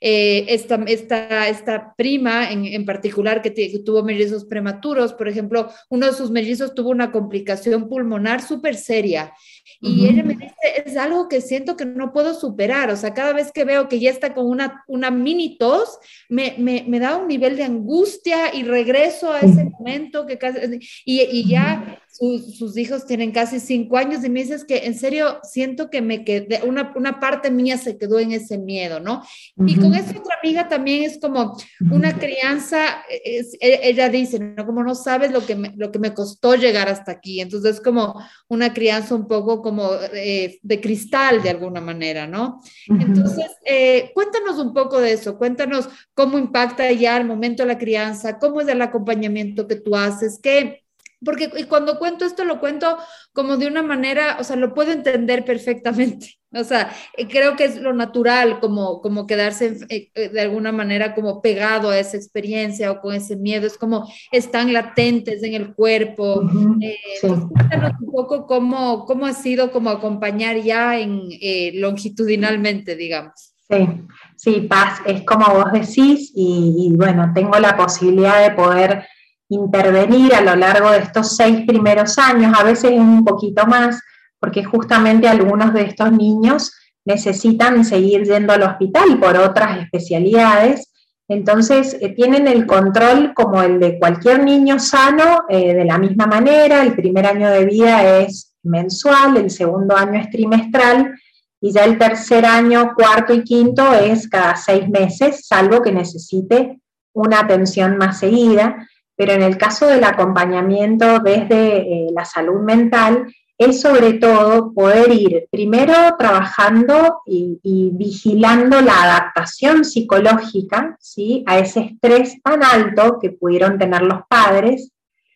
eh, esta, esta, esta prima en, en particular que, que tuvo mellizos prematuros, por ejemplo, uno de sus mellizos tuvo una complicación pulmonar súper seria. Y uh-huh. ella me dice, es algo que siento que no puedo superar, o sea, cada vez que veo que ya está con una, una mini tos, me, me, me da un nivel de angustia y regreso a ese momento que casi, y, y ya sus, sus hijos tienen casi cinco años y me dices que en serio siento que me quedé, una, una parte mía se quedó en ese miedo, ¿no? Uh-huh. Y con esta otra amiga también es como una crianza, es, ella dice, ¿no? Como no sabes lo que, me, lo que me costó llegar hasta aquí, entonces es como una crianza un poco como eh, de cristal de alguna manera, ¿no? Uh-huh. Entonces, eh, cuéntanos un poco de eso, cuéntanos cómo impacta ya el momento de la crianza, cómo es el acompañamiento que tú haces, qué... Porque y cuando cuento esto, lo cuento como de una manera, o sea, lo puedo entender perfectamente. O sea, creo que es lo natural, como, como quedarse eh, de alguna manera como pegado a esa experiencia o con ese miedo. Es como están latentes en el cuerpo. Uh-huh. Eh, sí. Entonces, cuéntanos un poco cómo, cómo ha sido como acompañar ya en, eh, longitudinalmente, digamos. Sí, sí, Paz, es como vos decís y, y bueno, tengo la posibilidad de poder intervenir a lo largo de estos seis primeros años, a veces un poquito más, porque justamente algunos de estos niños necesitan seguir yendo al hospital por otras especialidades, entonces eh, tienen el control como el de cualquier niño sano, eh, de la misma manera. El primer año de vida es mensual, el segundo año es trimestral, y ya el tercer año, cuarto y quinto es cada seis meses, salvo que necesite una atención más seguida. Pero en el caso del acompañamiento desde eh, la salud mental, es sobre todo poder ir primero trabajando y, y vigilando la adaptación psicológica, ¿sí?, a ese estrés tan alto que pudieron tener los padres,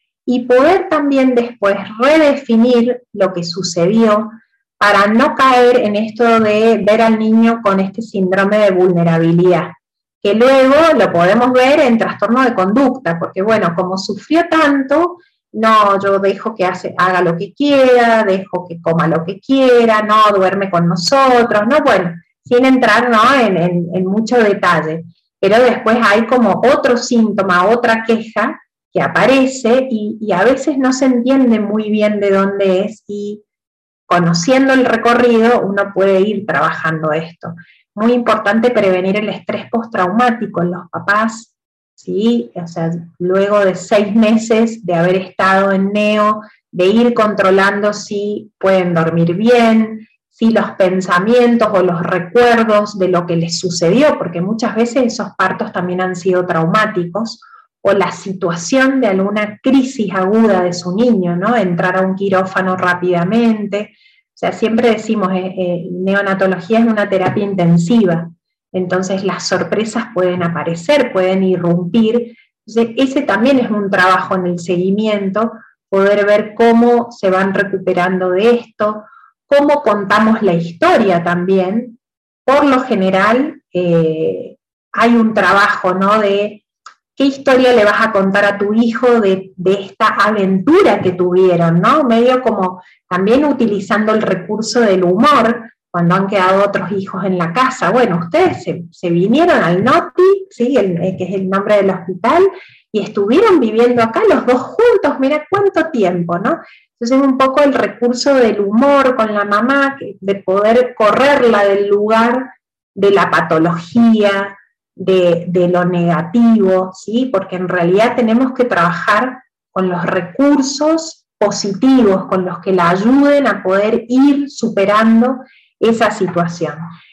y poder también después redefinir lo que sucedió para no caer en esto de ver al niño con este síndrome de vulnerabilidad, que luego lo podemos ver en trastorno de conducta, porque bueno, como sufrió tanto, no, yo dejo que hace, haga lo que quiera, dejo que coma lo que quiera, no, duerme con nosotros, no, bueno, sin entrar, ¿no?, en, en, en mucho detalle, pero después hay como otro síntoma, otra queja que aparece y, y a veces no se entiende muy bien de dónde es, y conociendo el recorrido uno puede ir trabajando esto. Muy importante prevenir el estrés postraumático en los papás, ¿sí? O sea, luego de seis meses de haber estado en neo, de ir controlando si pueden dormir bien, si los pensamientos o los recuerdos de lo que les sucedió, porque muchas veces esos partos también han sido traumáticos, o la situación de alguna crisis aguda de su niño, ¿no? Entrar a un quirófano rápidamente. O sea, siempre decimos, eh, eh, neonatología es una terapia intensiva, entonces las sorpresas pueden aparecer, pueden irrumpir. Entonces, ese también es un trabajo en el seguimiento, poder ver cómo se van recuperando de esto, cómo contamos la historia también. Por lo general, eh, hay un trabajo, ¿no?, de qué historia le vas a contar a tu hijo de, de esta aventura que tuvieron, ¿no? Medio como también utilizando el recurso del humor, cuando han quedado otros hijos en la casa. Bueno, ustedes se, se vinieron al Noti, ¿sí?, el, que es el nombre del hospital, y estuvieron viviendo acá los dos juntos, mira cuánto tiempo, ¿no? Entonces un poco el recurso del humor con la mamá, de poder correrla del lugar de la patología, De, de lo negativo, ¿sí? Porque en realidad tenemos que trabajar con los recursos positivos, con los que la ayuden a poder ir superando esa situación.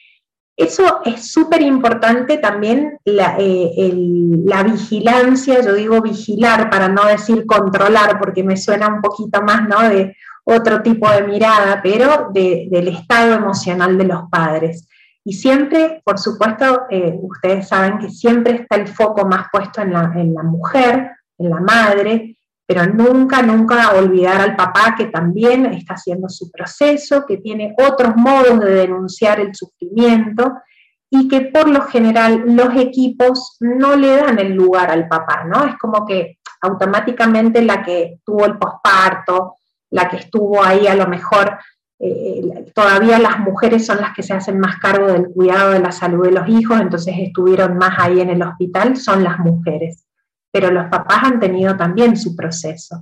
Eso es súper importante también, la, eh, el, la vigilancia, yo digo vigilar para no decir controlar, porque me suena un poquito más, ¿no?, de otro tipo de mirada, pero de, del estado emocional de los padres. Y siempre, por supuesto, eh, ustedes saben que siempre está el foco más puesto en la, en la mujer, en la madre, pero nunca, nunca olvidar al papá, que también está haciendo su proceso, que tiene otros modos de denunciar el sufrimiento, y que por lo general los equipos no le dan el lugar al papá, ¿no? Es como que automáticamente la que tuvo el posparto, la que estuvo ahí a lo mejor eh, todavía las mujeres son las que se hacen más cargo del cuidado de la salud de los hijos, entonces estuvieron más ahí en el hospital, son las mujeres. Pero los papás han tenido también su proceso.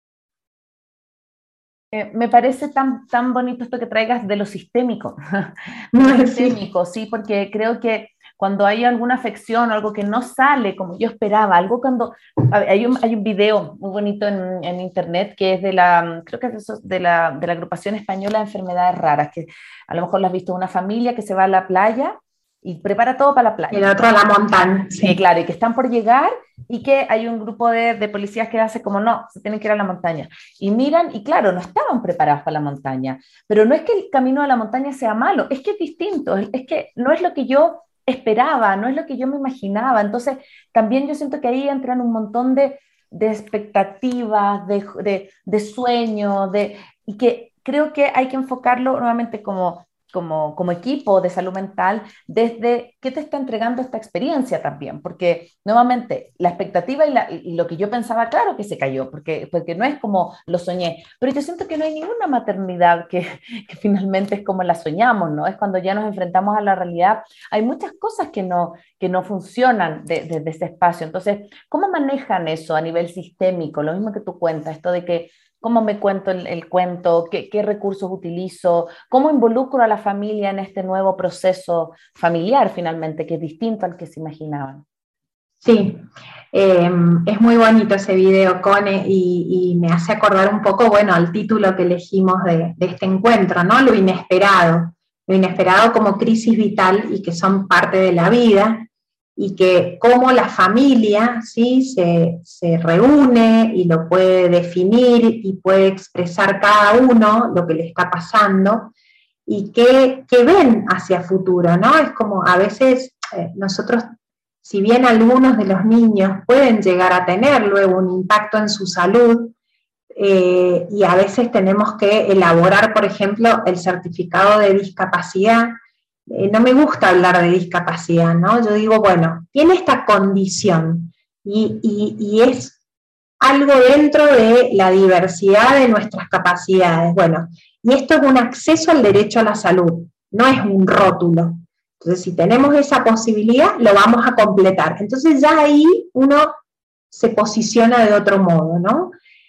Eh, me parece tan, tan bonito esto que traigas de lo sistémico. De lo sistémico, sí, porque creo que cuando hay alguna afección o algo que no sale como yo esperaba, algo cuando... Hay un, hay un video muy bonito en, en internet que es de la, creo que es de la, de la agrupación española de enfermedades raras, que a lo mejor lo has visto, una familia que se va a la playa y prepara todo para la playa. Y el otro a la montaña. Sí, sí, claro, y que están por llegar y que hay un grupo de, de policías que hace como no, se tienen que ir a la montaña. Y miran, y claro, no estaban preparados para la montaña, pero no es que el camino a la montaña sea malo, es que es distinto, es, es que no es lo que yo esperaba, no es lo que yo me imaginaba. Entonces, también yo siento que ahí entran un montón de, de expectativas, de, de, de sueños, de, y que creo que hay que enfocarlo nuevamente como... Como, como equipo de salud mental, desde qué te está entregando esta experiencia también, porque nuevamente la expectativa y, la, y lo que yo pensaba, claro que se cayó, porque, porque no es como lo soñé, pero yo siento que no hay ninguna maternidad que, que finalmente es como la soñamos, ¿no? Es cuando ya nos enfrentamos a la realidad, hay muchas cosas que no, que no funcionan desde de, de ese espacio. Entonces, ¿cómo manejan eso a nivel sistémico? Lo mismo que tú cuentas, esto de que cómo me cuento el, el cuento, ¿Qué, qué recursos utilizo, cómo involucro a la familia en este nuevo proceso familiar finalmente, que es distinto al que se imaginaban. Sí, eh, es muy bonito ese video, Cone, y, y me hace acordar un poco, bueno, al título que elegimos de, de este encuentro, ¿no? Lo inesperado, lo inesperado como crisis vital y que son parte de la vida, y que cómo la familia, ¿sí?, se, se reúne y lo puede definir y puede expresar cada uno lo que le está pasando y qué, qué ven hacia futuro, ¿no? Es como a veces eh, nosotros, si bien algunos de los niños pueden llegar a tener luego un impacto en su salud, eh, y a veces tenemos que elaborar, por ejemplo, el certificado de discapacidad. Eh, no me gusta hablar de discapacidad, ¿no? Yo digo, bueno, tiene esta condición y, y, y es algo dentro de la diversidad de nuestras capacidades. Bueno, y esto es un acceso al derecho a la salud, no es un rótulo. Entonces, si tenemos esa posibilidad, lo vamos a completar. Entonces, ya ahí uno se posiciona de otro modo, ¿no?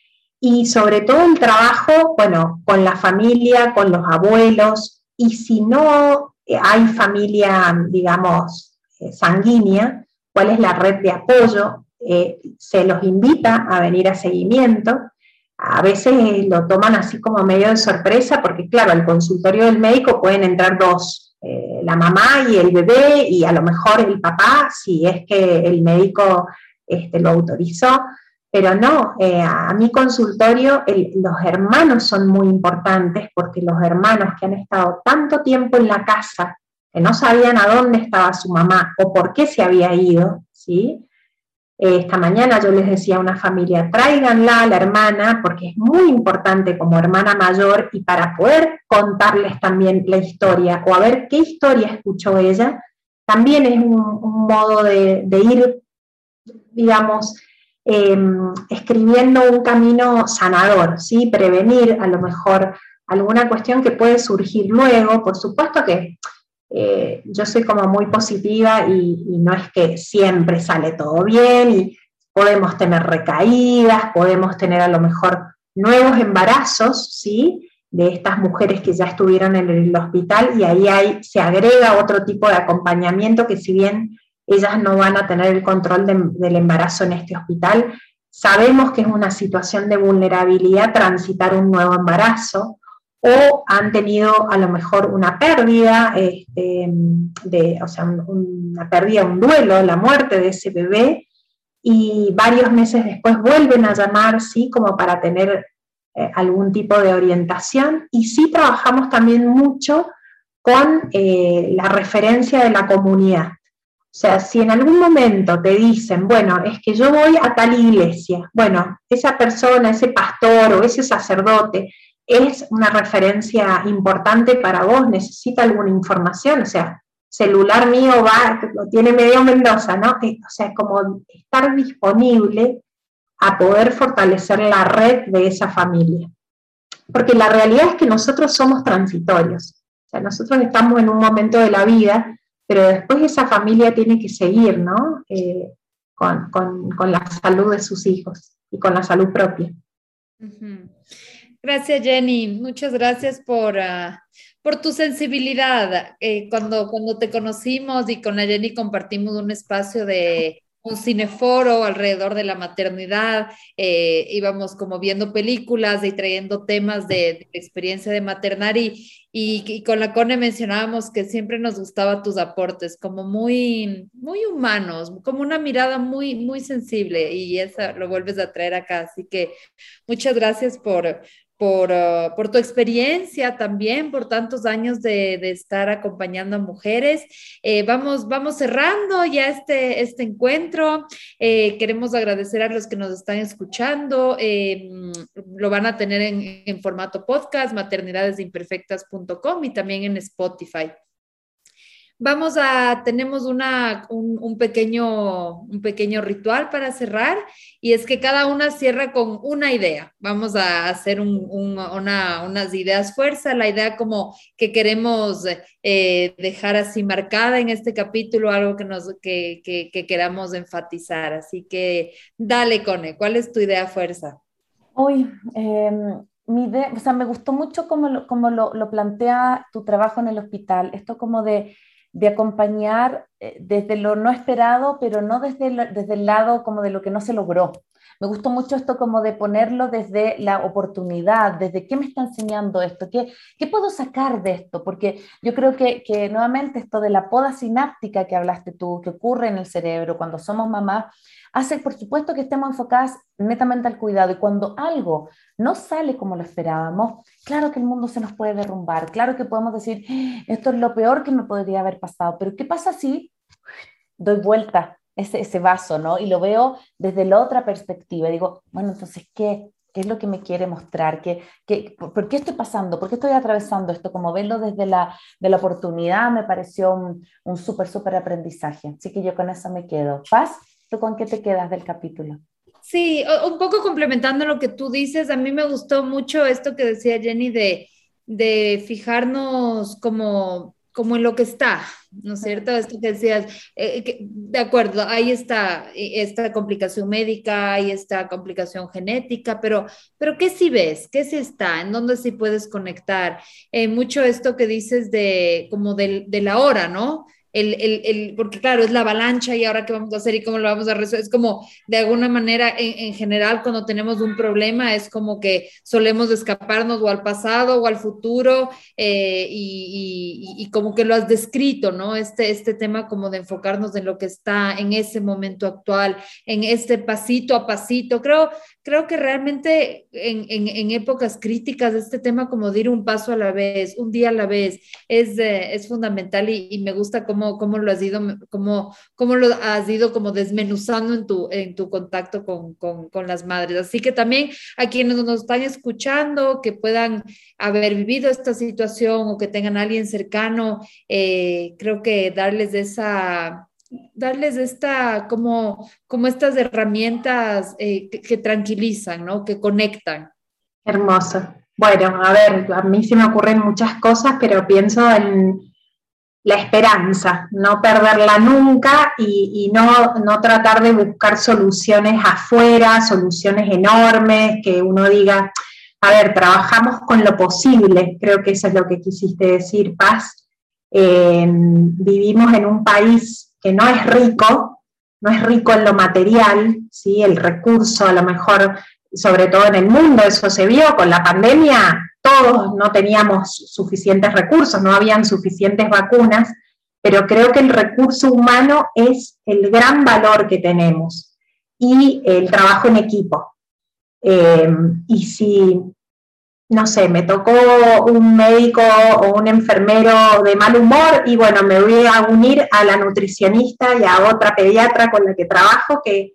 Y sobre todo el trabajo, bueno, con la familia, con los abuelos, y si no hay familia, digamos, sanguínea, cuál es la red de apoyo, eh, se los invita a venir a seguimiento, a veces lo toman así como medio de sorpresa, porque claro, al consultorio del médico pueden entrar dos, eh, la mamá y el bebé, y a lo mejor el papá, si es que el médico este, lo autorizó, pero no, eh, a mi consultorio el, los hermanos son muy importantes, porque los hermanos que han estado tanto tiempo en la casa, que no sabían a dónde estaba su mamá o por qué se había ido, ¿sí? Eh, esta mañana yo les decía a una familia, tráiganla a la hermana, porque es muy importante como hermana mayor, y para poder contarles también la historia, o a ver qué historia escuchó ella, también es un, un modo de, de ir, digamos, Eh, escribiendo un camino sanador, ¿sí? Prevenir a lo mejor alguna cuestión que puede surgir luego. Por supuesto que eh, yo soy como muy positiva y, y no es que siempre sale todo bien, y podemos tener recaídas, podemos tener a lo mejor nuevos embarazos, ¿sí?, de estas mujeres que ya estuvieron en el hospital, y ahí hay, se agrega otro tipo de acompañamiento que, si bien ellas no van a tener el control de, del embarazo en este hospital, sabemos que es una situación de vulnerabilidad transitar un nuevo embarazo, o han tenido a lo mejor una pérdida, este, de, o sea, un, una pérdida, un duelo, la muerte de ese bebé, y varios meses después vuelven a llamar, ¿sí?, como para tener eh, algún tipo de orientación. Y sí trabajamos también mucho con eh, la referencia de la comunidad. O sea, si en algún momento te dicen, bueno, es que yo voy a tal iglesia, bueno, esa persona, ese pastor o ese sacerdote es una referencia importante para vos, necesita alguna información, o sea, celular mío va, lo tiene medio Mendoza, ¿no? O sea, como estar disponible a poder fortalecer la red de esa familia. porque la realidad es que nosotros somos transitorios, o sea, nosotros estamos en un momento de la vida, pero después esa familia tiene que seguir, ¿no? Eh, con, con, con la salud de sus hijos y con la salud propia. Uh-huh. Gracias, Jenny. Muchas gracias por, uh, por tu sensibilidad. Eh, cuando, cuando te conocimos y con la Jenny compartimos un espacio de un cineforo alrededor de la maternidad, eh, íbamos como viendo películas y trayendo temas de, de experiencia de maternar y, y, y con la Cone mencionábamos que siempre nos gustaban tus aportes, como muy, muy humanos, como una mirada muy, muy sensible y eso lo vuelves a traer acá. Así que muchas gracias por... Por, uh, por tu experiencia también, por tantos años de, de estar acompañando a mujeres. Eh, vamos, vamos cerrando ya este, este encuentro. Eh, queremos agradecer a los que nos están escuchando. Eh, lo van a tener en, en formato podcast, maternidades imperfectas punto com y también en Spotify. Vamos a, tenemos una, un, un, pequeño, un pequeño ritual para cerrar y es que cada una cierra con una idea. Vamos a hacer un, un, una, unas ideas fuerza, la idea como que queremos eh, dejar así marcada en este capítulo, algo que, nos, que, que, que queramos enfatizar. Así que dale, Cone, ¿cuál es tu idea fuerza? Hoy, eh, mi idea, o sea, me gustó mucho cómo lo, cómo lo, lo plantea tu trabajo en el hospital, esto como de de acompañar eh, desde lo no esperado, pero no desde el, desde el lado como de lo que no se logró. Me gustó mucho esto como de ponerlo desde la oportunidad, desde qué me está enseñando esto, qué, qué puedo sacar de esto, porque yo creo que, que nuevamente esto de la poda sináptica que hablaste tú, que ocurre en el cerebro cuando somos mamás, hace por supuesto que estemos enfocadas netamente al cuidado y cuando algo no sale como lo esperábamos, claro que el mundo se nos puede derrumbar, claro que podemos decir, esto es lo peor que me podría haber pasado, pero ¿qué pasa si doy vuelta ese, ese vaso, ¿no? Y lo veo desde la otra perspectiva, digo, bueno, entonces, ¿qué? ¿Qué es lo que me quiere mostrar? ¿Qué, qué, por, ¿Por qué estoy pasando? ¿Por qué estoy atravesando esto? Como verlo desde la, de la oportunidad me pareció un, un súper, súper aprendizaje. Así que yo con eso me quedo. Paz, ¿tú con qué te quedas del capítulo? Sí, un poco complementando lo que tú dices, a mí me gustó mucho esto que decía Jenny de, de fijarnos como, como en lo que está, ¿no es cierto? Esto que decías, eh, que, de acuerdo, ahí está esta complicación médica, ahí está complicación genética, pero, pero ¿qué sí ves? ¿Qué sí está? ¿En dónde sí puedes conectar? Eh, mucho esto que dices de como del, de la hora, ¿no? El, el, el, porque claro, es la avalancha y ahora qué vamos a hacer y cómo lo vamos a resolver. Es como, de alguna manera, en, en general, cuando tenemos un problema, es como que solemos escaparnos o al pasado o al futuro eh, y, y, y como que lo has descrito, ¿no? Este, este tema como de enfocarnos en lo que está en ese momento actual, en este pasito a pasito. Creo, creo que realmente en, en, en épocas críticas, este tema como de ir un paso a la vez, un día a la vez, es, eh, es fundamental y, y me gusta cómo Cómo, cómo lo has ido, cómo, cómo lo has ido como desmenuzando en tu, en tu contacto con, con, con las madres. Así que también a quienes nos están escuchando, que puedan haber vivido esta situación o que tengan a alguien cercano, eh, creo que darles esa, darles esta, como, como estas herramientas eh, que, que tranquilizan, ¿no? Que conectan. Hermoso. Bueno, a ver, a mí se me ocurren muchas cosas, pero pienso en la esperanza, no perderla nunca y, y no, no tratar de buscar soluciones afuera, soluciones enormes, que uno diga, a ver, trabajamos con lo posible, creo que eso es lo que quisiste decir, Paz. Eh, vivimos en un país que no es rico, no es rico en lo material, ¿sí? El recurso a lo mejor, sobre todo en el mundo, eso se vio con la pandemia. Todos no teníamos suficientes recursos, no habían suficientes vacunas, pero creo que el recurso humano es el gran valor que tenemos y el trabajo en equipo. Eh, y si, no sé, me tocó un médico o un enfermero de mal humor y bueno, me voy a unir a la nutricionista y a otra pediatra con la que trabajo que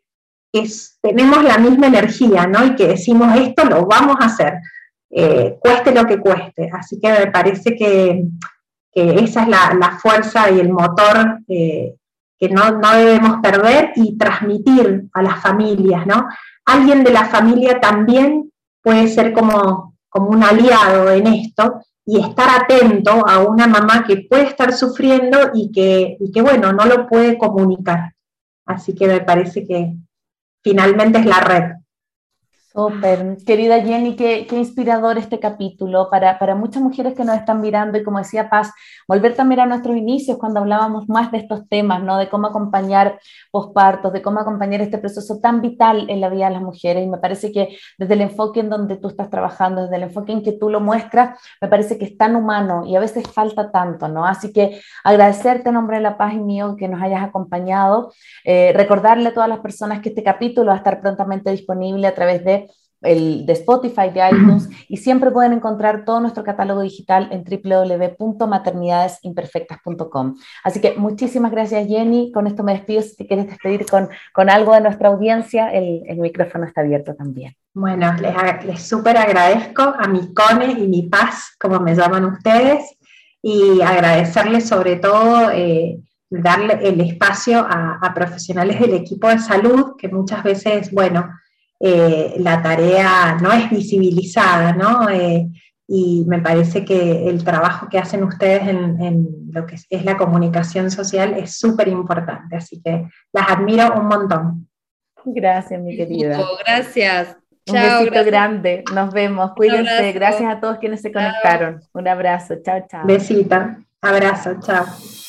es, tenemos la misma energía, ¿no? Y que decimos esto lo vamos a hacer. Eh, cueste lo que cueste, así que me parece que, que esa es la, la fuerza y el motor eh, que no, no debemos perder y transmitir a las familias, ¿no? Alguien de la familia también puede ser como como un aliado en esto y estar atento a una mamá que puede estar sufriendo y que, y que bueno, no lo puede comunicar. Así que me parece que finalmente es la red. Súper, querida Jenny, qué, qué inspirador este capítulo para, para muchas mujeres que nos están mirando y como decía Paz, volver también a nuestros inicios cuando hablábamos más de estos temas, ¿no? De cómo acompañar pospartos, de cómo acompañar este proceso tan vital en la vida de las mujeres, y me parece que desde el enfoque en donde tú estás trabajando, desde el enfoque en que tú lo muestras, me parece que es tan humano y a veces falta tanto, ¿no? Así que agradecerte en nombre de La Paz y mío que nos hayas acompañado, eh, recordarle a todas las personas que este capítulo va a estar prontamente disponible a través de El, de Spotify, de iTunes, y siempre pueden encontrar todo nuestro catálogo digital en doble u doble u doble u punto maternidades imperfectas punto com. Así que muchísimas gracias, Jenny. Con esto me despido. Si te quieres despedir con, con algo de nuestra audiencia, el, el micrófono está abierto también. Bueno, les, les súper agradezco a mi Cone y mi Paz, como me llaman ustedes, y agradecerles sobre todo eh, darle el espacio a, a profesionales del equipo de salud, que muchas veces, bueno, Eh, la tarea no es visibilizada, ¿no? Eh, y me parece que el trabajo que hacen ustedes en, en lo que es, es la comunicación social es súper importante, así que las admiro un montón. Gracias, mi querida. Gracias. Un Chao, besito gracias. grande, nos vemos, cuídense, gracias a todos quienes se Chao. conectaron. Un abrazo, chao, chao. Besito, abrazo, chao.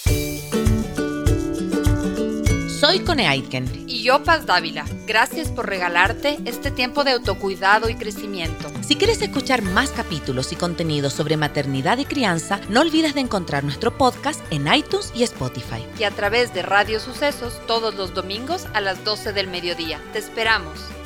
Soy Cone Aitken. Y yo, Paz Dávila. Gracias por regalarte este tiempo de autocuidado y crecimiento. Si quieres escuchar más capítulos y contenidos sobre maternidad y crianza, no olvides de encontrar nuestro podcast en iTunes y Spotify. Y a través de Radio Sucesos todos los domingos a las doce del mediodía. Te esperamos.